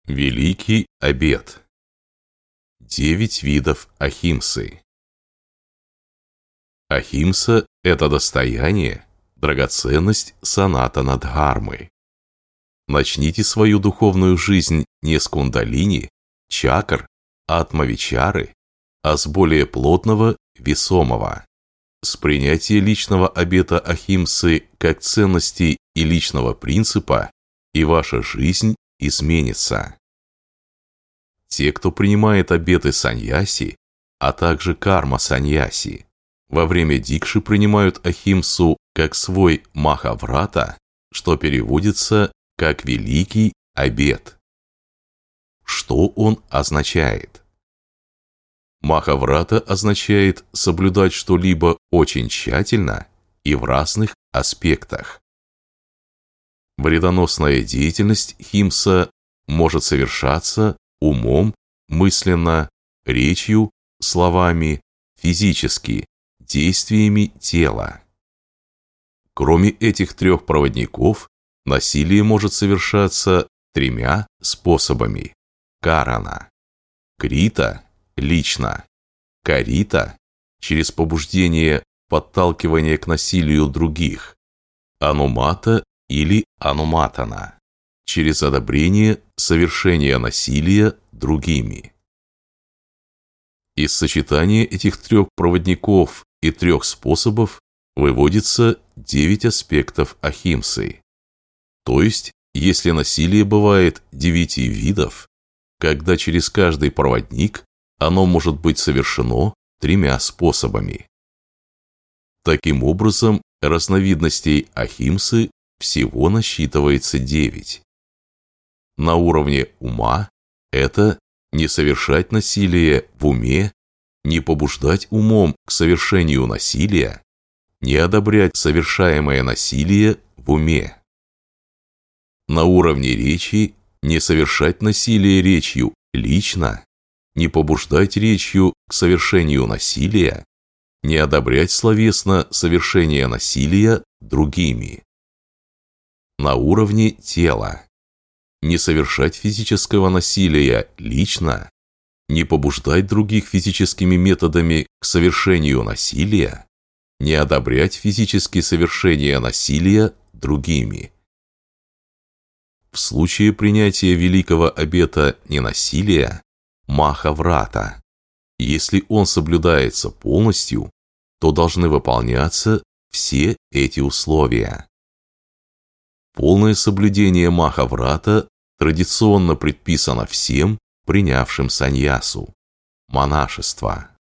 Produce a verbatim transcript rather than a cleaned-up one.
Великий обет. Девять видов ахимсы. Ахимса – это достояние, драгоценность санатана дхармы. Начните свою духовную жизнь не с кундалини, чакр, атмавичары, а с более плотного, весомого. С принятия личного обета ахимсы как ценности и личного принципа, и ваша жизнь изменится. Те, кто принимает обеты саньяси, а также карма саньяси, во время дикши принимают ахимсу как свой махаврата, что переводится как «великий обет». Что он означает? Махаврата означает соблюдать что-либо очень тщательно и в разных аспектах. Вредоносная деятельность химса может совершаться умом, мысленно, речью, словами, физически, действиями тела. Кроме этих трех проводников, насилие может совершаться тремя способами. Карана. Крита – лично. Карита – через побуждение, подталкивание к насилию других. Анумата или ануматана – через одобрение совершения насилия другими. Из сочетания этих трех проводников и трех способов выводится девять аспектов ахимсы. То есть, если насилие бывает девяти видов, когда через каждый проводник оно может быть совершено тремя способами. Таким образом, разновидностей ахимсы всего насчитывается девять. На уровне ума это не совершать насилие в уме, не побуждать умом к совершению насилия, не одобрять совершаемое насилие в уме. На уровне речи не совершать насилие речью лично, не побуждать речью к совершению насилия, не одобрять словесно совершение насилия другими. На уровне тела не совершать физического насилия лично, не побуждать других физическими методами к совершению насилия, не одобрять физические совершения насилия другими. В случае принятия великого обета ненасилия, махаврата, если он соблюдается полностью, то должны выполняться все эти условия. Полное соблюдение махаврата традиционно предписано всем, принявшим саньясу, монашество.